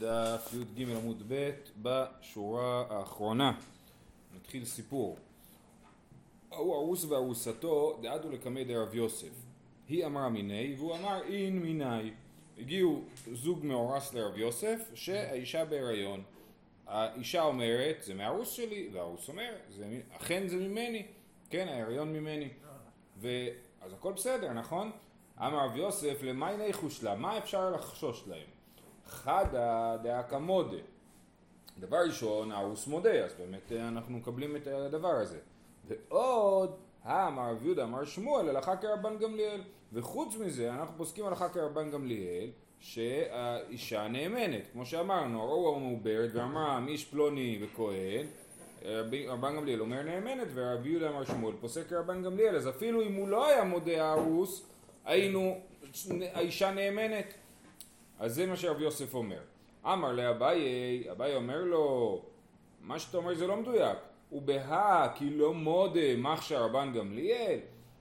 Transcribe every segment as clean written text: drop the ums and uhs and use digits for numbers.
דף י"ג עמוד ב' בשורה האחרונה. נתחיל סיפור. הוא ארוס וארוסתו דעדו לקמי דרב יוסף. היא אמרה מיני והוא אמר אין מיני. הגיעו זוג מאורס לרב יוסף שהאישה בהיריון. האישה אומרת זה מהארוס שלי, והארוס אומר אכן זה ממני, כן, ההיריון ממני. אז הכל בסדר, נכון? אמר רב יוסף למי ניחוש לה, מה אפשר לחשוש להם? חדה דעה כמודה. דבר ראשון, הארוס מודה, אז באמת אנחנו מקבלים את הדבר הזה. ועוד, אמר רב יהודה אמר שמואל הלכה כרבן גמליאל. וחוץ מזה אנחנו פוסקים הלכה כרבן גמליאל שהאישה נאמנת, כמו שאמרנו, הרוע מעוברת ואמרה איש פלוני וכהן, רבן גמליאל אומר נאמנת, ורב יהודה אמר שמואל פוסק כרבן גמליאל. אז אפילו אם הוא לא היה מודה הארוס, האישה נאמנת. אז זה מה שרב יוסף אומר. אמר לאביי, אביי אומר לו, מה שאתה אומר זה לא מדויק. ובהה כי לא מודה מחשה רבן גמליאל,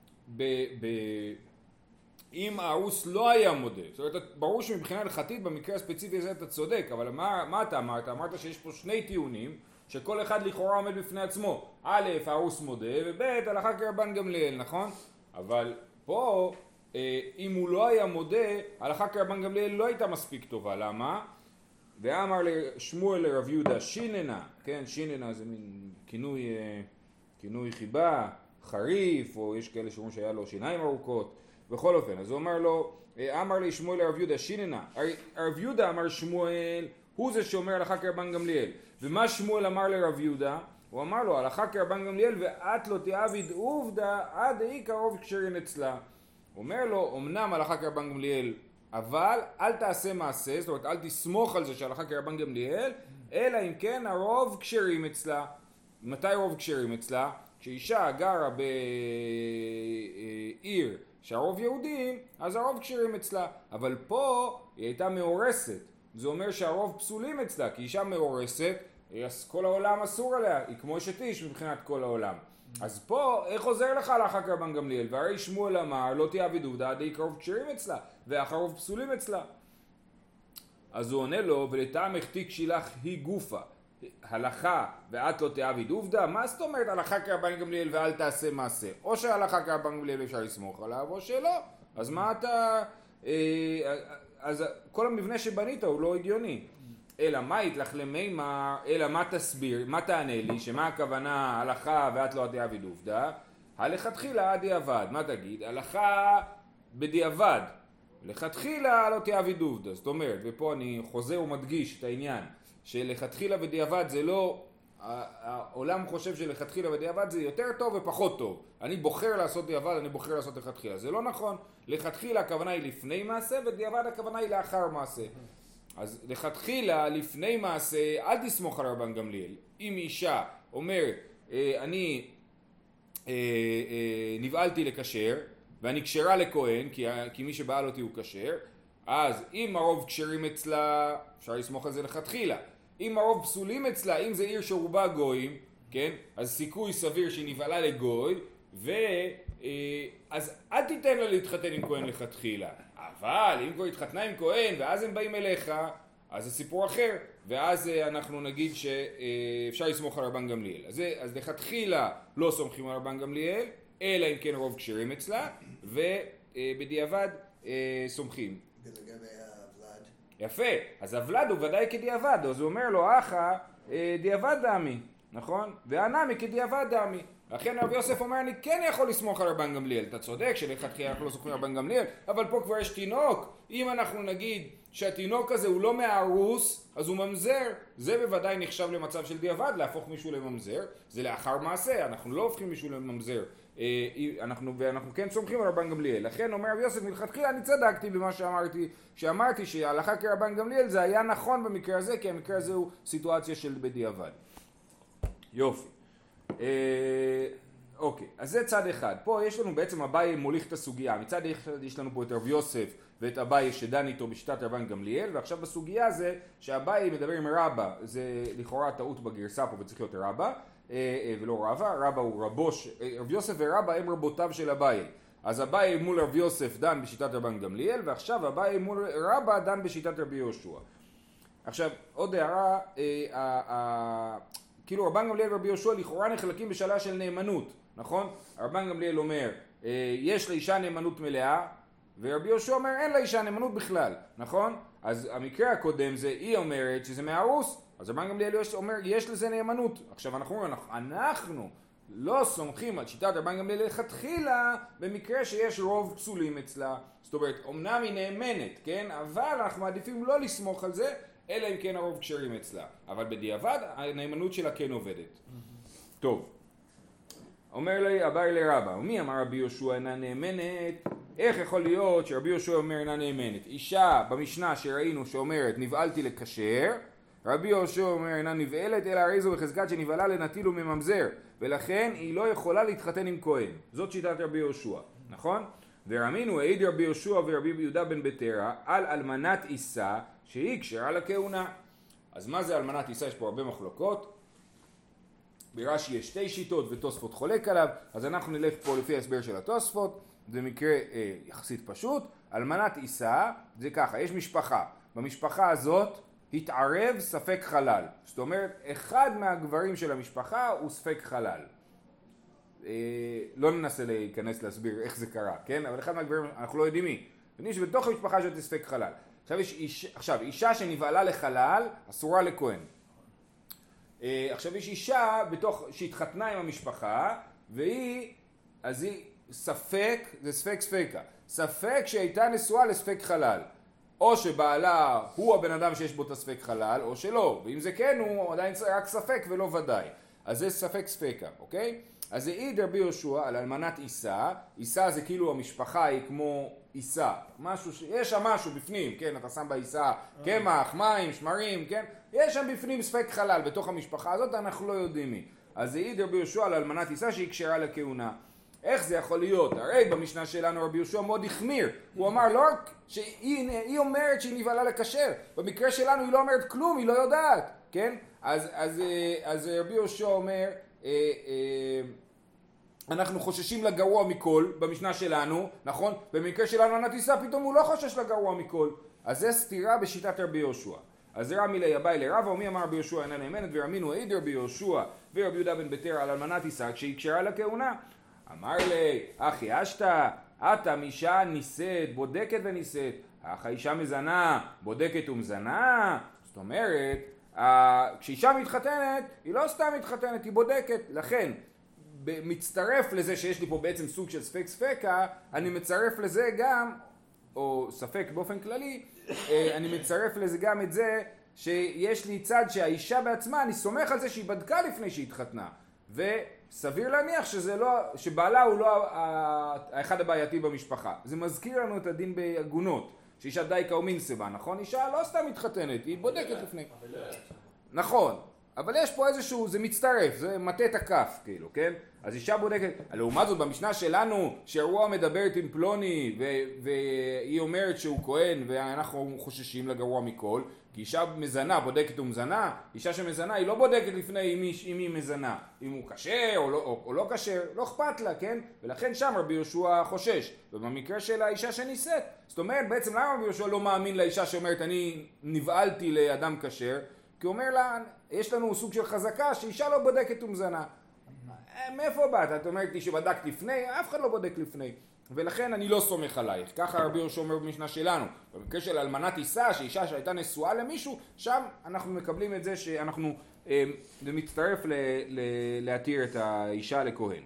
אם הארוס לא היה מודה, זאת אומרת, ברור שמבחינה הלכתית במקרה הספציפי הזה אתה צודק, אבל מה אתה אמרת? אמרת שיש פה שני טיעונים שכל אחד לכאורה עומד בפני עצמו. א', הארוס מודה, וב', הלכה כרבן גמליאל, נכון? אבל פה, אם הוא לא היה מודה, הלכה כרבן גמליאל לא הייתה מספיק טובה. למה? ואמר שמואל לרב יהודה שיננה, כן, שיננה זה מין כינוי חיבה, חריף, או יש כאלה שאומרים שהיה לו שיניים ארוכות. בכל אופן, אז הוא אמר לו, אמר לי שמואל לרב יהודה שיננה, רב יהודה אמר שמואל, הוא זה שאומר הלכה כרבן גמליאל. ומה שמואל אמר לרב יהודה? הוא אמר לו, הלכה כרבן גמליאל ואת לא תעביד עובדה עד היא קרוב כשרין אצלה. הוא אומר לו, אמנם הלכה כרבן גמליאל, אבל אל תעשה מעשה, זאת אומרת, אל תסמוך על זה שהלכה כרבן גמליאל, אלא אם כן הרוב כשרים אצלה. מתי רוב כשרים אצלה? כשאישה גרה בעיר שהרוב יהודים, אז הרוב כשרים אצלה. אבל פה היא הייתה מאורסת. זה אומר שהרוב פסולים אצלה, כי אישה מאורסת, אז כל העולם אסור עליה, היא כמו אשת איש מבחינת כל העולם. אז פה, איך עוזר לך הלכה כרבן גמליאל? והרי שמואל אמר, לא תעביד עובדה עד היא קרוב כשרים אצלה, והרוב פסולים אצלה. אז הוא עונה לו, ולטעם החתיק שילך היא גופה. הלכה ואת לא תעביד עובדה, מה זאת אומרת הלכה כרבן גמליאל ואל תעשה מעשה? או שהלכה כרבן גמליאל אפשר לסמוך עליו, או שלא. אז מה אתה... אז כל המבנה שבנית הוא לא הגיוני. אלא מה יתלך למימה, אלא מה תסביר, מה תענה לי, שמה הכוונה הלכה ואת לא תעביד עובדה? הלכתחילה דיעבד, מה תגיד? הלכה בדיעבד, לכתחילה לא תעביד עובדה. זאת אומרת, ופה אני חוזר ומדגיש את העניין, שלכתחילה ודיעבד זה לא, העולם חושב שלכתחילה ודיעבד זה יותר טוב ופחות טוב. אני בוחר לעשות דיעבד, אני בוחר לעשות לכתחילה. זה לא נכון. לכתחילה הכוונה היא לפני מעשה, ודיעבד הכוונה היא לאחר מעשה. אז לכתחילה לפני מעשה, אל תסמוך על רבן גמליאל. אם אישה אומרת, אני נבעלתי לקשר, ואני כשרה לכהן, כי מי שבעל אותי הוא כשר, אז אם הרוב כשרים אצלה, אפשר לסמוך על זה לכתחילה. אם הרוב פסולים אצלה, אם זה עיר שרובה גויים, כן? אז סיכוי סביר שהיא נבעלה לגוי, אז אל תיתן לה להתחתן עם כהן לכתחילה. אבל אם כבר התחתנה עם כהן ואז הם באים אליך, אז זה סיפור אחר, ואז אנחנו נגיד שאפשר לסמוך על רבן גמליאל. אז לכתחילה לא סומכים על רבן גמליאל, אלא אם כן רוב כשרים אצלה, ובדיעבד סומכים. ולגבי הוולד? יפה, אז הוולד הוא ודאי כדיעבד, אז הוא אומר לו, אחא דיעבד דמי, נכון? והנמי כדיעבד דמי. לכן רב יוסף אומר, אני כן יכול לסמוך על רבן גמליאל. אתה צודק שלכתחילה אנחנו לא סומכים על רבן גמליאל, אבל פה כבר יש תינוק. אם אנחנו נגיד שהתינוק הזה הוא לא מהארוס, אז הוא ממזר. זה בוודאי נחשב למצב של דיעבד, להפוך מישהו לממזר. זה לאחר מעשה, אנחנו לא הופכים מישהו לממזר. ואנחנו כן סומכים על רבן גמליאל. לכן אומר רב יוסף, מלכתחילה אני צדקתי במה שאמרתי שההלכה כרבן גמליאל זה היה נכון במקרה הזה, כי המקרה הזה הוא סיטואציה של בדיעבד. יופי. אוקיי, אז זה צד אחד. פה יש לנו בעצם אביי מוליך את הסוגיה. מצד אחד יש לנו פה את רב יוסף ואת אביי שדן איתו בשיטת רבן גמליאל, ועכשיו בסוגיה זה שאביי מדבר עם רבא, זה לכאורה טעות בגרסה פה וצריך להיות רבא, ולא רבא, רבא הוא רבו, רב יוסף ורבא הם רבותיו של אביי. אז אביי מול רב יוסף דן בשיטת רבן גמליאל, ועכשיו אביי מול רבא דן בשיטת רבי יהושע. עכשיו, עוד הערה, כאילו רבן גמליאל ורבי יהושע לכאורה נחלקים בשאלה של נאמנות, נכון? רבן גמליאל אומר, יש לאישה נאמנות מלאה, ורבי יהושע אומר, אין לאישה נאמנות בכלל, נכון? אז המקרה הקודם זה, היא אומרת שזה מהרוס, אז רבן גמליאל אומר, יש לזה נאמנות. עכשיו אנחנו אומרים, אנחנו לא סומכים על שיטת רבן גמליאל לכתחילה, במקרה שיש רוב פסולים אצלה. זאת אומרת, אמנם היא נאמנת, כן? אבל אנחנו מעדיפים לא לסמוך על זה, אלא אם כן הרוב כשרים אצלה. אבל בדיעבד, הנאמנות שלה כן עובדת. טוב. אומר לי, אביי לרבא, ומי אמר רבי יהושע אינה נאמנת? איך יכול להיות שרבי יהושע אומר אינה נאמנת? אישה במשנה שראינו שאומרת נבעלתי לכשר, רבי יהושע אומר אינה נבעלת, אלא הרי זו בחזקת שנבעלה לנטיל ומממזר, ולכן היא לא יכולה להתחתן עם כהן. זאת שיטת רבי יהושע, נכון? ורמינו העיד רבי יהושע ורבי יהודה בן בתרא על אלמנת אישה שהיא כשרה לכהונה. אז מה זה אלמנת אישה? יש פה הרבה מחלוקות. ברש"י יש 2 שיטות ותוספות חולק עליו, אז אנחנו נלך פה לפי ההסבר של התוספות. זה מקרה יחסית פשוט. אלמנת אישה זה ככה, יש משפחה, במשפחה הזאת התערב ספק חלל, זאת אומרת אחד מהגברים של המשפחה הוא ספק חלל. לא ננסה להיכנס להסביר איך זה קרה, כן? אבל אחד מהגברים אנחנו לא יודעים מי, יודעים שבתוך המשפחה הזאת יש ספק חלל. עכשיו אישה שנבעלה לחלל אסורה לכהן. עכשיו יש אישה שהתחתנה עם המשפחה והיא, אז היא ספק, זה ספק ספקה, ספק שהייתה נשואה לספק חלל, או שבעלה הוא הבן אדם שיש בו את הספק חלל או שלא, ואם זה כן הוא עדיין רק ספק ולא ודאי, אז זה ספק ספקה, אוקיי? אז זה העיד רבי יהושע על אלמנת אישה. אישה זה כאילו המשפחה היא כמו אישה, משהו יש שם משהו בפנים, כן? אתה שם באישה קמח, מים, שמרים, כן? יש שם בפנים ספק חלל בתוך המשפחה הזאת, אנחנו לא יודעים מי. אז זה העיד רבי יהושע על אלמנת אישה שהיא כשרה לכהונה. איך זה יכול להיות? הרי במשנה שלנו רבי יהושע מאוד החמיר. הוא אמר לא רק שהיא אומרת שהיא נבעלה לכשר, במקרה שלנו היא לא אומרת כלום, היא לא יודעת, כן? אז רבי יהושע אומר, אנחנו חוששים לגרוע מכל במשנה שלנו, נכון? במקרה שלנו אלמנת אישה פתאום הוא לא חושש לגרוע מכל. אז זה סתירה בשיטת רבי יהושע. אז רמי לי אביי לרבא, ומי אמר רבי יהושע אינה נאמנת, ורמינו העיד רבי יהושע ורבי יהודה בן בתרא על אלמנת אישה כשהיא כשרה לכהונה. אמר לי, אחי אשתא, אתה מאישה נישאת, בודקת ונישאת, אך האישה מזנה, בודקת ומזנה. זאת אומרת, כשאישה מתחתנת, היא לא סתם מתחתנת, היא בודקת. לכן, מצטרף לזה שיש לי פה בעצם סוג של ספק ספקה, אני מצרף לזה גם, או ספק באופן כללי, אני מצרף לזה גם את זה שיש לי צד שהאישה בעצמה, אני סומך על זה שהיא בדקה לפני שהיא התחתנה. וסביר להניח שבעלה הוא לא האחד הבעייתי במשפחה. זה מזכיר לנו את הדין בעגונות, שאישה דייקה או מינסבה, נכון? אישה לא סתם מתחתנת, היא בודקת לפני. נכון, אבל יש פה איזשהו, זה מצטרף, זה מטה את הכף, כאילו, כן? אז אישה בודקת, לעומת זאת במשנה שלנו, שאירוע מדברת עם פלוני, והיא אומרת שהוא כהן, ואנחנו חוששים לגרוע מכל, כי אישה מזנה, בודקת ומזנה, אישה שמזנה היא לא בודקת לפני אם היא מזנה, אם הוא כשר או לא כשר, לא אכפת לה, כן? ולכן שם רבי יהושע חושש, ובמקרה של האישה שנישאת, זאת אומרת בעצם למה רבי יהושע לא מאמין לאישה שאומרת אני נבעלתי לאדם כשר, כי הוא אומר לה, יש לנו סוג של חזקה שאישה לא בודקת ומזנה. מאיפה באת? את אומרת לי שבדקת לפני, אף אחד לא בודק לפני. ולכן אני לא סומך עלייך. ככה רבי יהושע אומר במשנה שלנו. במקרה של אלמנת אישה, שאישה שהייתה נשואה למישהו, שם אנחנו מקבלים את זה שאנחנו, זה מצטרף להתיר את האישה לכהן.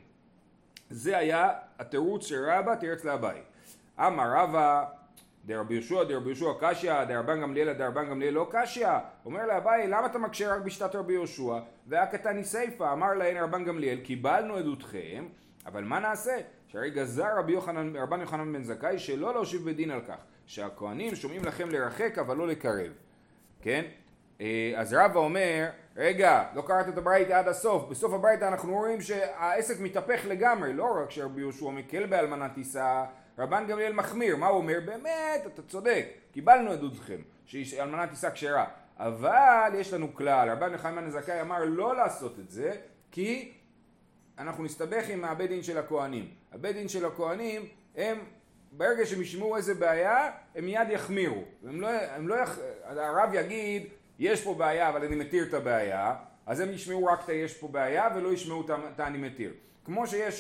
זה היה התירוץ של רבא, תירץ לאביי. אמר רבא, דרבי יהושע קשיא, דרבן גמליאל לא קשיא. אומר לאביי, למה אתה מקשה רק בשיטת רבי יהושע? והקטני סיפא, אמר להן רבן גמליאל, קיבלנו עדותכם, אבל מה נעשה? שהרי גזר רבן יוחנן בן זכאי שלא להושיב בדין על כך, שהכהנים שומעים לכם לרחק אבל לא לקרב. כן? אז רבא אומר, רגע, לא קראת את הברייתא עד הסוף, בסוף הברייתא אנחנו רואים שהעסק מתהפך לגמרי, לא רק שרבי יהושע מקל באלמנת אישה, רבן גמליאל מחמיר. מה הוא אומר? באמת, אתה צודק, קיבלנו עדותכם, שאלמנת אישה כשרה, אבל יש לנו כלל, רבן יוחנן בן זכאי אמר לא לעשות את זה, כי אנחנו נסתבך עם הבית דין של הכהנים. הבית דין של הכהנים, הם ברגע שהם ישמעו איזה בעיה, הם מיד יחמירו. הרב יגיד, יש פה בעיה אבל אני מתיר את הבעיה, אז הם ישמעו רק את יש פה בעיה ולא ישמעו את אני מתיר. כמו שיש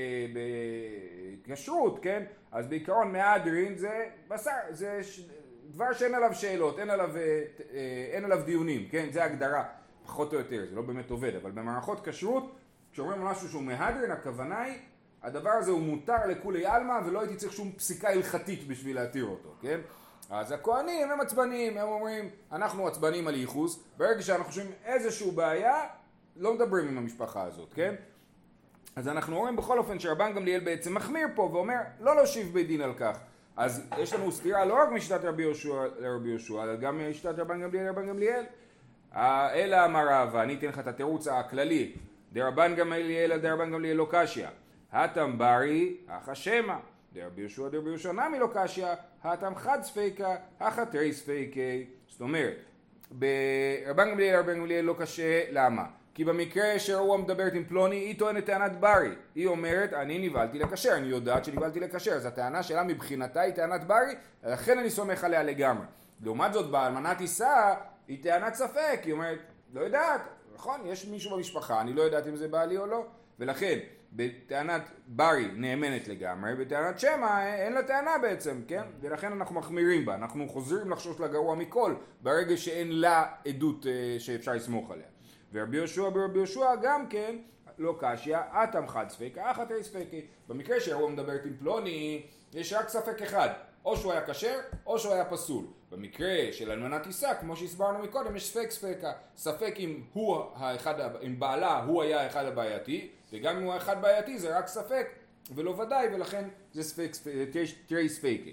בכשרות, כן? אז בעיקרון מהדרין זה בשר, זה דבר שאין עליו שאלות, אין עליו דיונים, כן? זה הגדרה פחות או יותר, זה לא באמת עובד, אבל במערכות כשרות, כשאומרים משהו שהוא מהדרין, הכוונה היא, הדבר הזה הוא מותר לכולי עלמא ולא הייתי צריך שום פסיקה הלכתית בשביל להתיר אותו, כן? אז הכהנים הם עצבנים, הם אומרים, אנחנו עצבנים על ייחוס, ברגע שאנחנו חושבים איזשהו בעיה, לא מדברים עם המשפחה הזאת, כן? אז אנחנו רואים בכל אופן שרבן גמליאל בעצם מחמיר פה ואומר, לא להושיב בית דין על כך. אז יש לנו סתירה לא רק משיטת רבי יהושע לרבי יהושע, אלא גם משיטת רבן גמליאל לרבן גמליאל. אלא אמר רבא, אני אתן לך את התירוץ הכללי, דרבן גמליאל דרבן גמליאל לא קשיא, התם ברי אך השמע, דרבי יהושע נמי לא קשיא, התם חד ספיקה, אך תרי ספיקי. זאת אומרת, ברבן גמליאל לא קשה, למה? כי במקרה שהוא מדברת עם פלוני, היא טוענת טענת ברי. היא אומרת, אני נבלתי לקשר, אני יודעת שנבלתי לקשר. אז הטענה שלה מבחינתה היא טענת ברי, לכן אני סומך עליה לגמרי. לעומת זאת, באלמנת עיסה, היא טענת ספק. היא אומרת, לא יודעת, נכון, יש מישהו במשפחה, אני לא יודעת אם זה בעלי או לא. ולכן, בטענת ברי נאמנת לגמרי, בטענת שמע אין לה טענה בעצם, כן? ולכן אנחנו מחמירים בה, אנחנו חוזרים לחשוש לגרוע מכל, ברגע שאין לה עדות שאפשר לסמוך עליה. ורבי יהושע גם כן לא קשיא, התם חד ספיקה, אך תרי ספיקי. במקרה שהוא מדברת עם פלוני, יש רק ספק אחד, או שהוא היה כשר או שהוא היה פסול. במקרה של אלמנת עיסה, כמו שהסברנו מקודם, יש ספקה, ספק אם בעלה הוא היה האחד הבעייתי, וגם אם הוא האחד בעייתי זה רק ספק ולא ודאי, ולכן זה תרי ספיקי.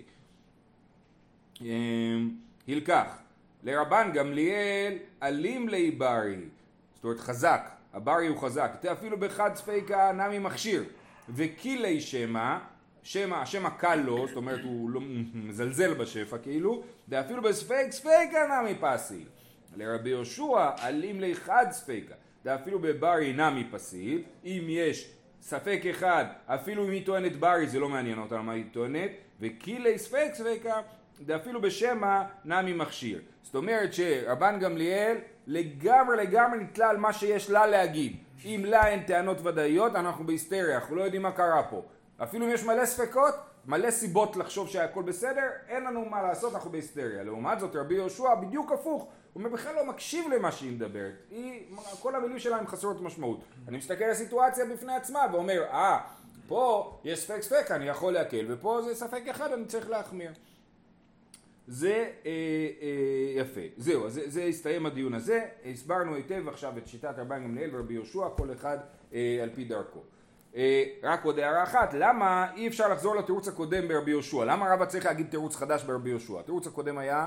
הלקח לרבן גמליאל אלים לי ברי, זאת אומרת חזק, הברי הוא חזק, אפילו בחד ספיקה נמי מכשיר, וקילי שמע, השם הקל לו, זאת אומרת הוא לא מזלזל בשפע כאילו, ואפילו בספיקה נמי פסיל. לרבי יהושע אלים לי חד ספיקה, ואפילו בברי נמי פסיל, אם יש ספק אחד, אפילו אם היא טוענת ברי זה לא מעניין אותה מה היא טוענת, וקילי ספיקה, ואפילו בשמע נמי מכשיר. זאת אומרת שרבן גמליאל לגמרי נתלה על מה שיש לה להגיד. אם לה אין טענות ודאיות, אנחנו בהיסטריה, אנחנו לא יודעים מה קרה פה. אפילו אם יש מלא ספקות, מלא סיבות לחשוב שהכל בסדר, אין לנו מה לעשות, אנחנו בהיסטריה. לעומת זאת רבי יהושע בדיוק הפוך, הוא בכלל לא מקשיב למה שהיא מדברת. כל המילים שלה הם חסרות משמעות. אני מסתכל על הסיטואציה בפני עצמה ואומר, פה יש ספק, אני יכול להקל, ופה זה ספק אחד, אני צריך להחמיר. זה יפה. זהו, זה הסתיים הדיון הזה. הסברנו היטב עכשיו את שיטת רבן גמליאל ורבי יהושע, כל אחד על פי דרכו. רק עוד הערה אחת, למה אי אפשר לחזור לתירוץ הקודם ברבי יהושע? למה רבא צריך להגיד תירוץ חדש ברבי יהושע? התירוץ הקודם היה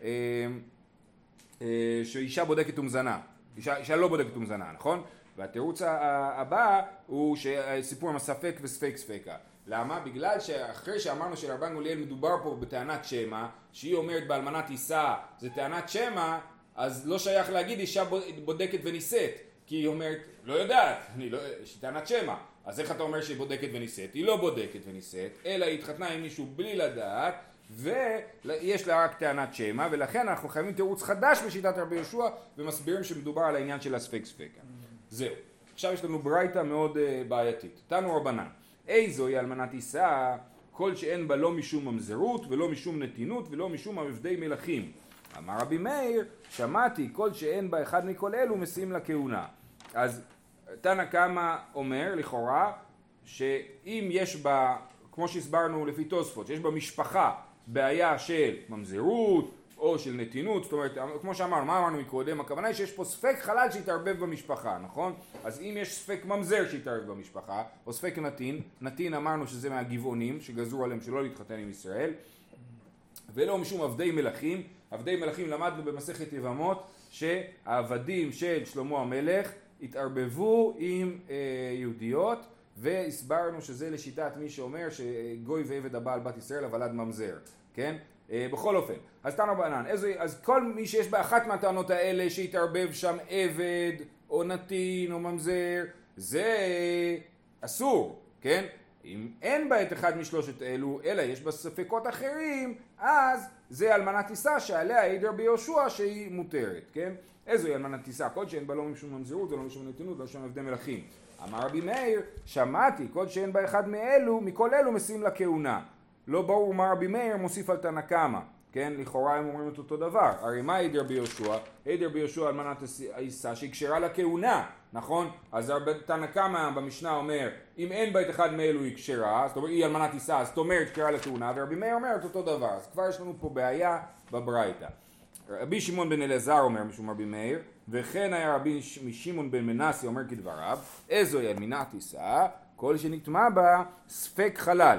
שאישה בודקת ומזנה, אישה לא בודקת ומזנה, נכון? והתירוץ הבא הוא סיפור עם הספק וספקה. למה? בגלל שאחרי שאמרנו שלרבן גמליאל מדובר פה בטענת שמע, שהיא אומרת באלמנת עיסה זה טענת שמע, אז לא שייך להגיד אישה בודקת ונישאת, כי היא אומרת לא יודעת, יש טענת שמע. אז איך אתה אומר שהיא בודקת ונישאת? היא לא בודקת ונישאת, אלא היא התחתנה עם מישהו בלי לדעת, ויש לה רק טענת שמע, ולכן אנחנו חייבים תירוץ חדש בשיטת רבי יהושע, ומסבירים שמדובר על העניין של הספקה. זהו. עכשיו יש לנו ברייתא מאוד בעייתית. תנו רבנן. איזוהי אלמנת עיסה, כל שאין בה לא משום ממזרות ולא משום נתינות ולא משום עבדי מלכים. אמר רבי מאיר, שמעתי כל שאין בה אחד מכל אלו משים לכהונה. אז תנא קמא אומר לכאורה שאם יש בה, כמו שהסברנו לפי תוספות, שיש בה משפחה בעיה של ממזרות או של נתינות, זאת אומרת, כמו שאמרנו, מה אמרנו מקודם? הכוונה היא שיש פה ספק חלל שהתערבב במשפחה, נכון? אז אם יש ספק ממזר שהתערבב במשפחה, או ספק נתין אמרנו שזה מהגבעונים שגזרו עליהם שלא להתחתן עם ישראל, ולא משום עבדי מלכים. עבדי מלכים למדנו במסכת יבמות שהעבדים של שלמה המלך התערבבו עם יהודיות, והסברנו שזה לשיטת מי שאומר שגוי ועבד הבעל בת ישראל הוולד ממזר, כן? בכל אופן, אז תנו רבנן, אז כל מי שיש באחת מהטענות האלה שהתערבב שם עבד או נתין או ממזר, זה אסור, כן? אם אין בה את אחד משלושת אלו, אלא יש בה ספקות אחרים, אז זה אלמנה תישא שעליה העיד רבי יהושע שהיא מותרת, כן? איזו היא אלמנה תישא? כל שאין בה לא משום ממזרות ולא משום נתינות ולא משום עבדי מלכים. אמר רבי מאיר, שמעתי, כל שאין בה אחד מאלו, מכל אלו משים לה כהונה. לא ברור מה רבי מאיר מוסיף על תנא קמא, כן? לכאורה הם אומרים את אותו דבר. הרי מה העיד רבי יהושע? העיד רבי יהושע אלמנה תישא שהיא כשרה לכהונה, נכון? אז תנא קמא במשנה אומר, אם אין בה את אחד מאלו היא כשרה, זאת אומרת היא אלמנה תישא, אז זאת אומרת כשרה לכהונה, ורבי מאיר אומר את אותו דבר. אז כבר יש לנו פה בעיה בברייתא. רבי שמעון בן אלעזר אומר משום רבי מאיר, וכן היה רבי שמעון בן מנסי אומר כדבריו, איזו אלמנה תישא, כל שנטמע בה ספק חלל.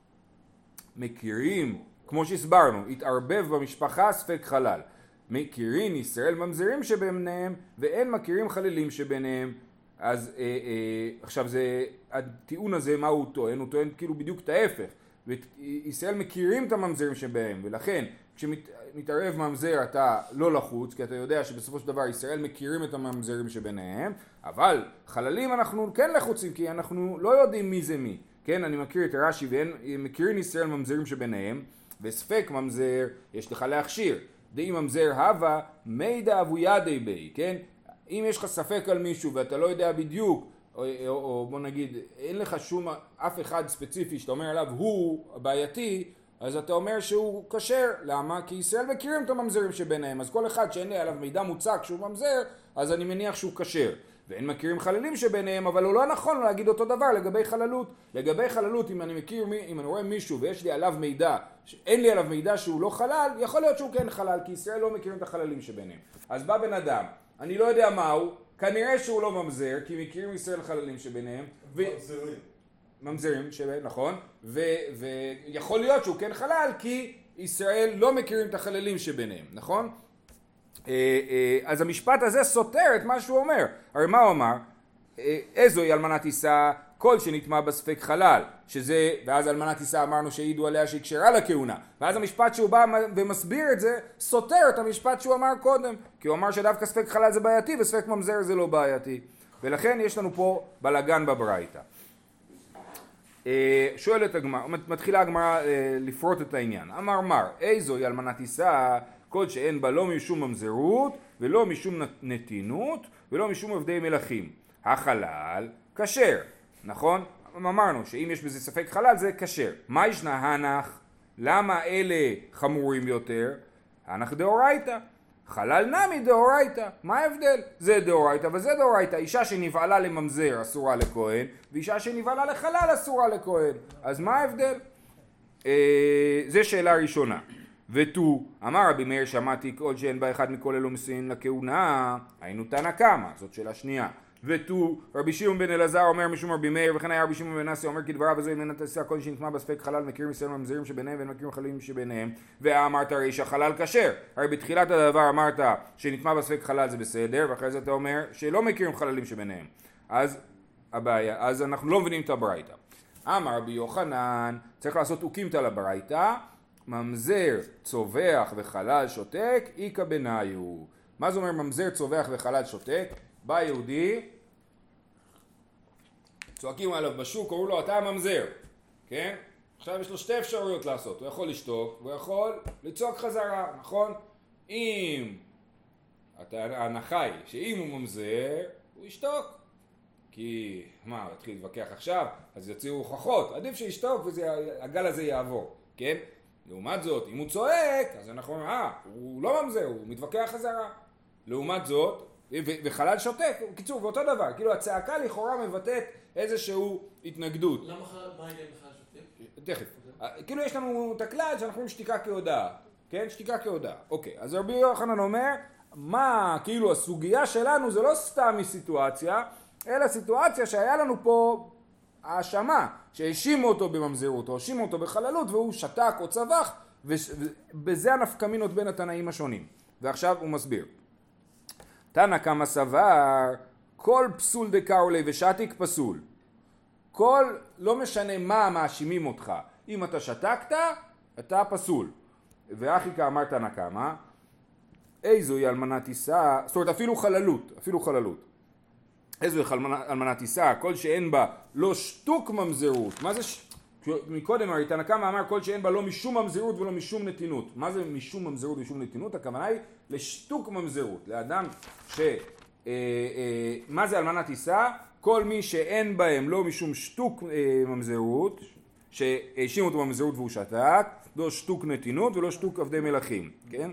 מכירים, כמו שהסברנו, התערבב במשפחה ספק חלל. מכירים ישראל ממזרים שביניהם, ואין מכירים חללים שביניהם. אז עכשיו זה, הטיעון הזה מה הוא טוען? הוא טוען כאילו בדיוק את ההפך. וישראל מכירים את הממזרים שבהם, ולכן כשמתערב ממזר אתה לא לחוץ, כי אתה יודע שבסופו של דבר ישראל מכירים את הממזרים שביניהם, אבל חללים אנחנו כן לחוצים, כי אנחנו לא יודעים מי זה מי. כן, אני מכיר את רש"י ומכירים ישראל ממזרים שביניהם, וספק ממזר יש לך להכשיר. דאי ממזר הווה מידע אבו ידי בי, כן? אם יש לך ספק על מישהו ואתה לא יודע בדיוק, או בוא נגיד, אין לך שום אף אחד ספציפי שאתה אומר עליו הוא בעייתי, אז אתה אומר שהוא כשר. למה? כי ישראל מכירים את הממזרים שביניהם, אז כל אחד שאין לי עליו מידע מוצק שהוא ממזר, אז אני מניח שהוא כשר. ואין מכירים חללים שביניהם, אבל הוא לא נכון להגיד אותו דבר לגבי חללות. לגבי חללות, אם אני רואה מישהו ויש לי עליו מידע, אין לי עליו מידע שהוא לא חלל, יכול להיות שהוא כן חלל, כי ישראל לא מכירים את החללים שביניהם. אז בא בן אדם, אני לא יודע מהו, כנראה שהוא לא ממזר, כי מכירים ישראל חללים שביניהם. ממזרים שביניהם, נכון. ויכול להיות שהוא כן חלל, כי ישראל לא מכירים את החללים שביניהם, נכון? אז המשפט הזה סותר את מה שהוא אומר. הרי מה הוא אמר? איזו היא אלמנה תישא? כל שנטמע בספק חלל, שזה, ואז אלמנה תישא אמרנו שהעידו עליה שהיא כשרה לכהונה, ואז המשפט שהוא בא ומסביר את זה סותר את המשפט שהוא אמר קודם, כי הוא אמר שדווקא ספק חלל זה בעייתי וספק ממזר זה לא בעייתי, ולכן יש לנו פה בלגן בברייתא. שואלת הגמרא, מתחילה הגמרא לפרוט את העניין. אמר מר, איזו היא אלמנה תישא? כל שאין בה לא משום ממזרות ולא משום נתינות ולא משום עבדי מלכים. החלל כשר, נכון? אמרנו שאם יש בזה ספק חלל זה כשר. מה ישנה הנח? למה אלה חמורים יותר? הנח דאורייתא. חלל נמי דאורייתא. מה ההבדל? זה דאורייתא וזה דאורייתא. אישה שנבעלה לממזר אסורה לכהן, ואישה שנבעלה לחלל אסורה לכהן. אז מה ההבדל? זה שאלה ראשונה. ותו, אמר רבי מאיר שמעתי כל שאין בה אחד מכל אלו מסוים לכהונה, היינו תנא קמא, זאת שאלה שנייה. ותו, רבי שמעון בן אלעזר אומר משום רבי מאיר, וכן היה רבי שמעון בן מנסי אומר כדבריו, וזו אלמנה תישא כל שנטמע בספק חלל, מכירים ישראל ממזרים שביניהם ואין מכירים חללים שביניהם. ואמרת הרי שהחלל כשר. הרי בתחילת הדבר אמרת שנטמע בספק חלל זה בסדר, ואחרי זה אתה אומר שלא מכירים חללים שביניהם. אז הבעיה, אז אנחנו לא מבינים את הברייתא. אמר רבי יוחנן, צריך לעשות אוקימתא לברייתא, ממזר צובח וחלל שותק איקא בניו. מה זה אומר ממזר צובח וחלל שותק? בא יהודי, צועקים עליו בשוק, קראו לו אתה ממזר, כן? עכשיו יש לו שתי אפשרויות לעשות, הוא יכול לשתוק והוא יכול לצעוק חזרה, נכון? אם ההנחה היא שאם הוא ממזר הוא ישתוק, כי מה, הוא התחיל להתווכח עכשיו, אז יוציאו הוכחות, עדיף שישתוק והגל הזה יעבור, כן? לעומת זאת, אם הוא צועק, אז אנחנו אומרים, הוא לא ממזר, הוא מתווכח חזרה. לעומת זאת, וחלל שותק, בקיצור, ואותו דבר, כאילו הצעקה לכאורה מבטאת איזשהו התנגדות. למה חלל, מה יהיה בחלל שותק? תכף. כאילו יש לנו את הכלל שאנחנו אומרים שתיקה כהודאה, כן? שתיקה כהודאה. אוקיי, אז רבי יוחנן אומר, מה, כאילו הסוגיה שלנו זה לא סתם מסיטואציה, אלא סיטואציה שהיה לנו פה האשמה, שהאשימו אותו בממזרות, או האשימו אותו בחללות, והוא שתק או צווח, ובזה הנפקמינות בין התנאים השונים. ועכשיו הוא מסביר. תנא קמא סבר, כל פסול דקאולי ושתיק פסול. כל, לא משנה מה מאשימים אותך. אם אתה שתקת, אתה פסול. ואחי כאמר תנא קמא, איזוהי אלמנה תישא, זאת אומרת אפילו חללות, אפילו חללות. איזו אלמנה תישא, כל שאין בה לא שתוק ממזרות. מה זה מקודם הרי תנא קמא אמר כל שאין בה לא משום ממזרות ולא משום נתינות. מה זה משום ממזרות ומשום נתינות? הכוונה היא לשתוק ממזרות. לאדם מה זה אלמנה תישא? כל מי שאין בהם לא משום שתוק ממזרות, שהאשימו אותו בממזרות והוא שתק, לא שתוק נתינות ולא שתוק עבדי מלכים, כן?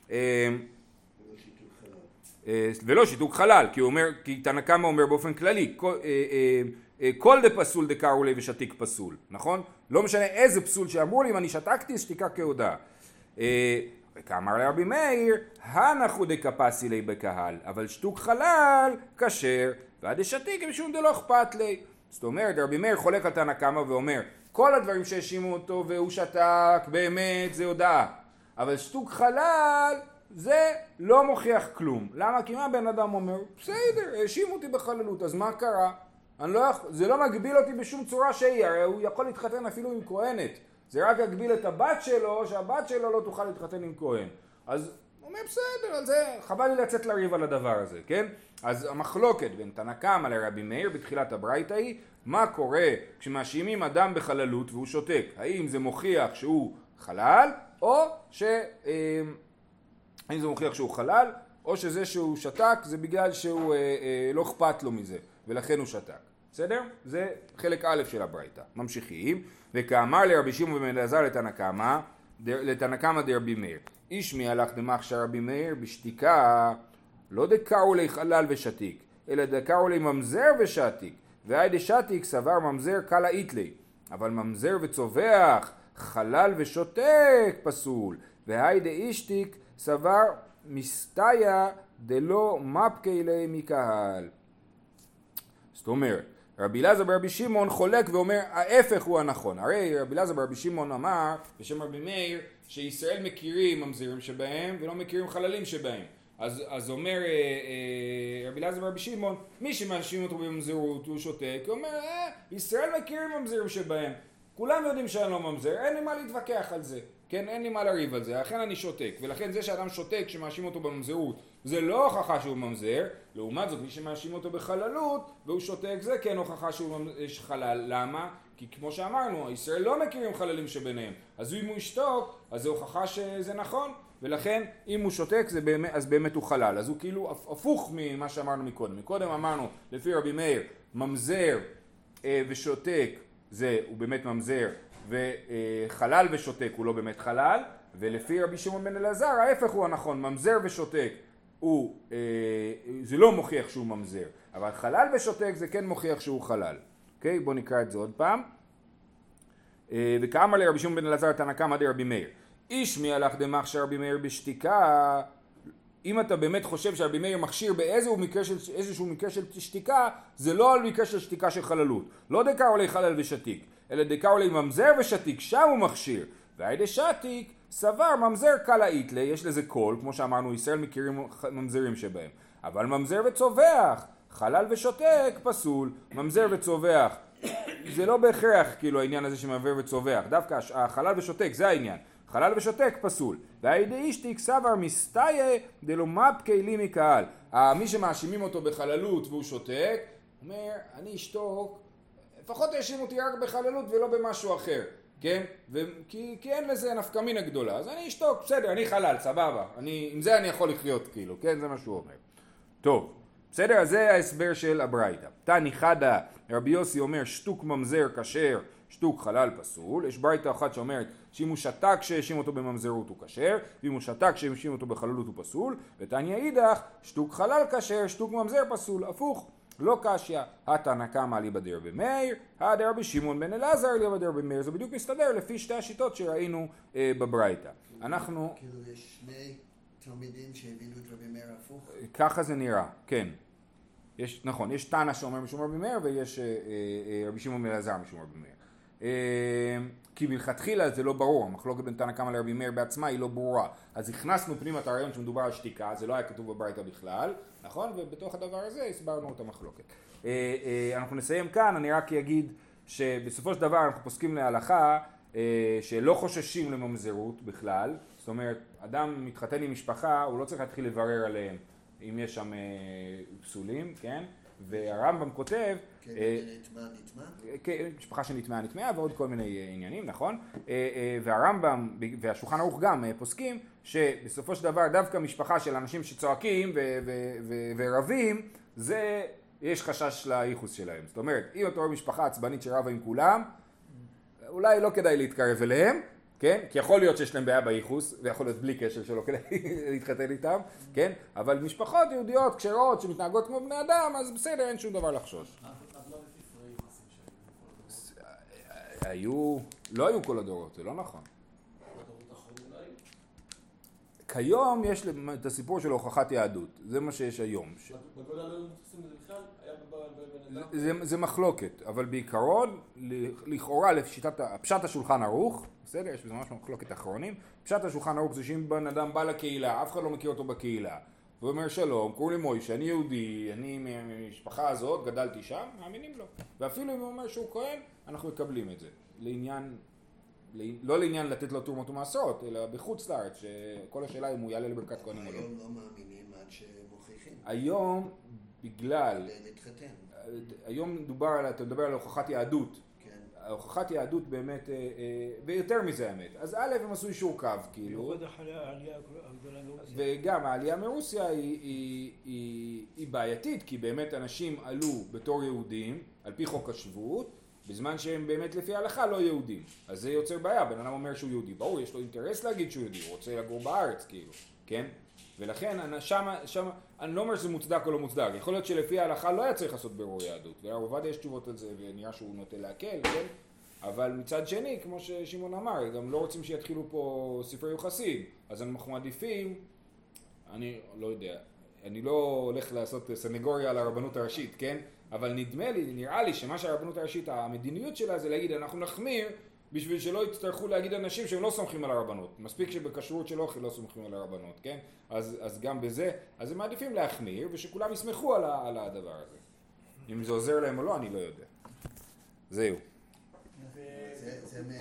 ולא שיתוק חלל, כי תנא קמא אומר באופן כללי, כל דפסול דקראו לי ושתיק פסול, נכון? לא משנה איזה פסול שאמרו לי, אם אני שתקתי, שתיקה כהודאה. וכאמר לרבי מאיר, הנחנו דקפסי לי בקהל, אבל שתוק חלל כשר, ועד שתיק משום דלא אכפת לי. זאת אומרת, רבי מאיר חולק על תנא קמא ואומר, כל הדברים שהאשימו אותו והוא שתק, באמת זה הודאה. אבל שתוק חלל זה לא מוכיח כלום. למה? כי מה בן אדם אומר? בסדר, האשימו אותי בחללות, אז מה קרה? זה לא מגביל אותי בשום צורה שהיא, הרי הוא יכול להתחתן אפילו עם כהנת. זה רק יגביל את הבת שלו, שהבת שלו לא תוכל להתחתן עם כהן. אז הוא אומר בסדר, על זה חבל לי לצאת לריב על הדבר הזה, כן? אז המחלוקת בין תנא קמא לרבי מאיר בתחילת הברייתא היא, מה קורה כשמאשימים אדם בחללות והוא שותק? האם זה מוכיח שהוא חלל, האם זה מוכיח שהוא חלל, או שזה שהוא שתק זה בגלל שהוא לא אכפת לו מזה, ולכן הוא שתק. בסדר? זה חלק א' של הברייתא. ממשיכים, וכאמר לרבי שמעון בן אלעזר לתנא קמא דרבי מאיר. איש מי הלך דמחשי רבי מאיר בשתיקה, לא דקראו לי חלל ושתיק, אלא דקראו לי ממזר ושתיק, והי דשתיק סבר ממזר קלה איתלי, אבל ממזר וצווח, חלל ושותק פסול, והי דאישתיק סבר מסתיה דלא מפקי לי מקהל. זאת אומרת, רבי אלעזר ברבי שמעון חולק ואומר ההפך הוא הנכון. הרי רבי אלעזר ברבי שמעון אמר בשם רבי מאיר שישראל מכירים ממזירים שבהם ולא מכירים חללים שבהם. אז אומר רבי אלעזר ברבי שמעון, מי שמאשים אותו בממזרות הוא שותק, הוא אומר ישראל מכירים ממזירים שבהם. כולם יודעים שאני לא ממזר, אין לי מה להתווכח על זה. כן, אין לי מה לריב על זה, לכן אני שותק, ולכן זה שאדם שותק שמאשים אותו בממזרות זה לא הוכחה שהוא ממזר, לעומת זאת מי שמאשים אותו בחללות והוא שותק זה כן הוכחה שהוא חלל. למה? כי כמו שאמרנו, ישראל לא מכירים חללים שביניהם, אז אם הוא ישתוק אז זה הוכחה שזה נכון, ולכן אם הוא שותק אז באמת הוא חלל. אז הוא כאילו הפוך ממה שאמרנו מקודם. מקודם אמרנו לפי רבי מאיר ממזר ושותק הוא באמת ממזר, וחלל ושותק הוא לא באמת חלל, ולפי רבי שמעון בן אלעזר ההפך הוא הנכון, ממזר ושותק זה לא מוכיח שהוא ממזר, אבל חלל ושותק זה כן מוכיח שהוא חלל. אוקיי, בואו נקרא את זה עוד פעם. וכאמר לרבי שמעון בן אלעזר תנא קמא דרבי מאיר, איש מי הלך דמחשי רבי מאיר בשתיקה, אם אתה באמת חושב שרבי מאיר מכשיר באיזשהו מקרה של שתיקה, זה לא על מקרה של שתיקה של חללות. לא דקראו לי חלל ושתיק, אלא דקראו לי ממזר ושתיק, שם הוא מכשיר. והי דשתיק סבר ממזר קלה איתלי, יש לזה קול, כמו שאמרנו, ישראל מכירים ממזרים שבהם. אבל ממזר וצווח, חלל ושותק פסול. ממזר וצווח, זה לא בהכרח כאילו העניין הזה שממזר וצווח, דווקא החלל ושותק זה העניין. חלל ושותק פסול. והי דאישתיק סבר מסתיה דלא מפקי לי מקהל. מי שמאשימים אותו בחללות והוא שותק, אומר, אני אשתוק, לפחות האשים אותי רק בחללות ולא במשהו אחר, כן? כי אין לזה נפקא מינה גדולה, אז אני אשתוק, בסדר, אני חלל, סבבה, עם זה אני יכול לחיות כאילו, כן? זה מה שהוא אומר. טוב, בסדר, אז זה ההסבר של הברייתא. תני חדא, רבי יוסי אומר, שתוק ממזר כשר, שתוק חלל פסול. יש ברייתא אחת שאומרת שאם הוא שתק שהאשים אותו בממזרות הוא כשר, ואם הוא שתק שהאשים אותו בחללות הוא פסול. ותניא אידך, שתוק חלל כשר, שתוק ממזר פסול. הפוך, לא קשיא. התנא קמא אליבא דרבי מאיר, דרבי שמעון בן אלעזר אליבא דרבי מאיר. זה בדיוק מסתדר לפי שתי השיטות שראינו בברייתא. אנחנו... כאילו יש שני תלמידים שהבינו את רבי מאיר הפוך? ככה זה נראה, כן. נכון, יש תנא שאומר משום רבי מאיר ויש רבי שמעון בן אלעזר משום רבי מאיר. כי מלכתחילה זה לא ברור, המחלוקת בין תנא קמא לרבי מאיר בעצמה היא לא ברורה. אז הכנסנו פנימה את הרעיון שמדובר על שתיקה, זה לא היה כתוב בברייתא בכלל, נכון? ובתוך הדבר הזה הסברנו את המחלוקת. אנחנו נסיים כאן, אני רק אגיד שבסופו של דבר אנחנו פוסקים להלכה שלא חוששים לממזרות בכלל, זאת אומרת, אדם מתחתן עם משפחה, הוא לא צריך להתחיל לברר עליהם אם יש שם פסולים, כן? והרמב"ם כותב, כן, נטמע. כן, משפחה שנטמעה ועוד כל מיני עניינים, נכון? והרמב"ם והשולחן ערוך גם פוסקים שבסופו של דבר דווקא משפחה של אנשים שצועקים ורבים, זה יש חשש לייחוס שלהם. זאת אומרת, אם אתה רואה משפחה עצבנית שרבה עם כולם, אולי לא כדאי להתקרב אליהם, כן? כי יכול להיות שיש להם בעיה בייחוס, ויכול להיות בלי קשר שלא כדאי להתחתן איתם, כן? אבל משפחות יהודיות, כשרות, שמתנהגות כמו בני אדם, אז בסדר, אין שום דבר לחשוש. אז לא לפי פרי יחסים שהיו כל הדורות? לא היו כל הדורות, זה לא נכון. בדורות האחרונים אולי? כיום יש את הסיפור של הוכחת יהדות, זה מה שיש היום. בגולה לא מתייחסים לזה בכלל? היה בבן אדם? זה מחלוקת, אבל בעיקרון, לכאורה לפשיטת, פשט השולחן ערוך, בסדר, יש בזה ממש מחלוקת אחרונים, פשט השולחן ערוך זה שאם בן אדם בא לקהילה, אף אחד לא מכיר אותו בקהילה, הוא אומר שלום, קוראים לי מוישה, אני יהודי, אני מהמשפחה הזאת, גדלתי שם, מאמינים לו. ואפילו אם הוא אומר שהוא כהן, אנחנו מקבלים את זה. לא לעניין לתת לו תרומות ומעשרות, אלא בחוץ לארץ, שכל השאלה אם הוא יעלה לברכת כהנים או לא. היום לא מאמינים עד שמוכיחים. היום, בגלל, להתחתן. היום אתה מדבר על הוכחת יהדות. כן. הוכחת יהדות באמת, ויותר מזה האמת. אז א' הם עשו אישור קו, כאילו. במיוחד אחרי העלייה הגדולה מרוסיה. וגם העלייה מרוסיה היא בעייתית, כי באמת אנשים עלו בתור יהודים, על פי חוק השבות, בזמן שהם באמת לפי ההלכה לא יהודים. אז זה יוצר בעיה, בן אדם אומר שהוא יהודי. ברור, יש לו אינטרס להגיד שהוא יהודי, הוא רוצה לגור בארץ, כאילו, כן? ולכן, אני לא אומר שזה מוצדק או לא מוצדק. יכול להיות שלפי ההלכה לא היה צריך לעשות בירור יהדות. והרב עובדיה יש תשובות על זה, ונראה שהוא נוטה להקל, כן? אבל מצד שני, כמו ששמעון אמר, גם לא רוצים שיתחילו פה ספרי יוחסין. אז אנחנו מעדיפים, אני לא יודע, אני לא הולך לעשות סנגוריה על הרבנות הראשית, כן? אבל נראה לי שמה שהרבנות הראשית, המדיניות שלה זה להגיד, אנחנו נחמיר, בשביל שלא יצטרכו להגיד אנשים שהם לא סומכים על הרבנות. מספיק שבכשרות של אוכל לא סומכים על הרבנות, כן? אז גם בזה, אז הם מעדיפים להחמיר, ושכולם יסמכו על הדבר הזה. אם זה עוזר להם או לא, אני לא יודע. זהו.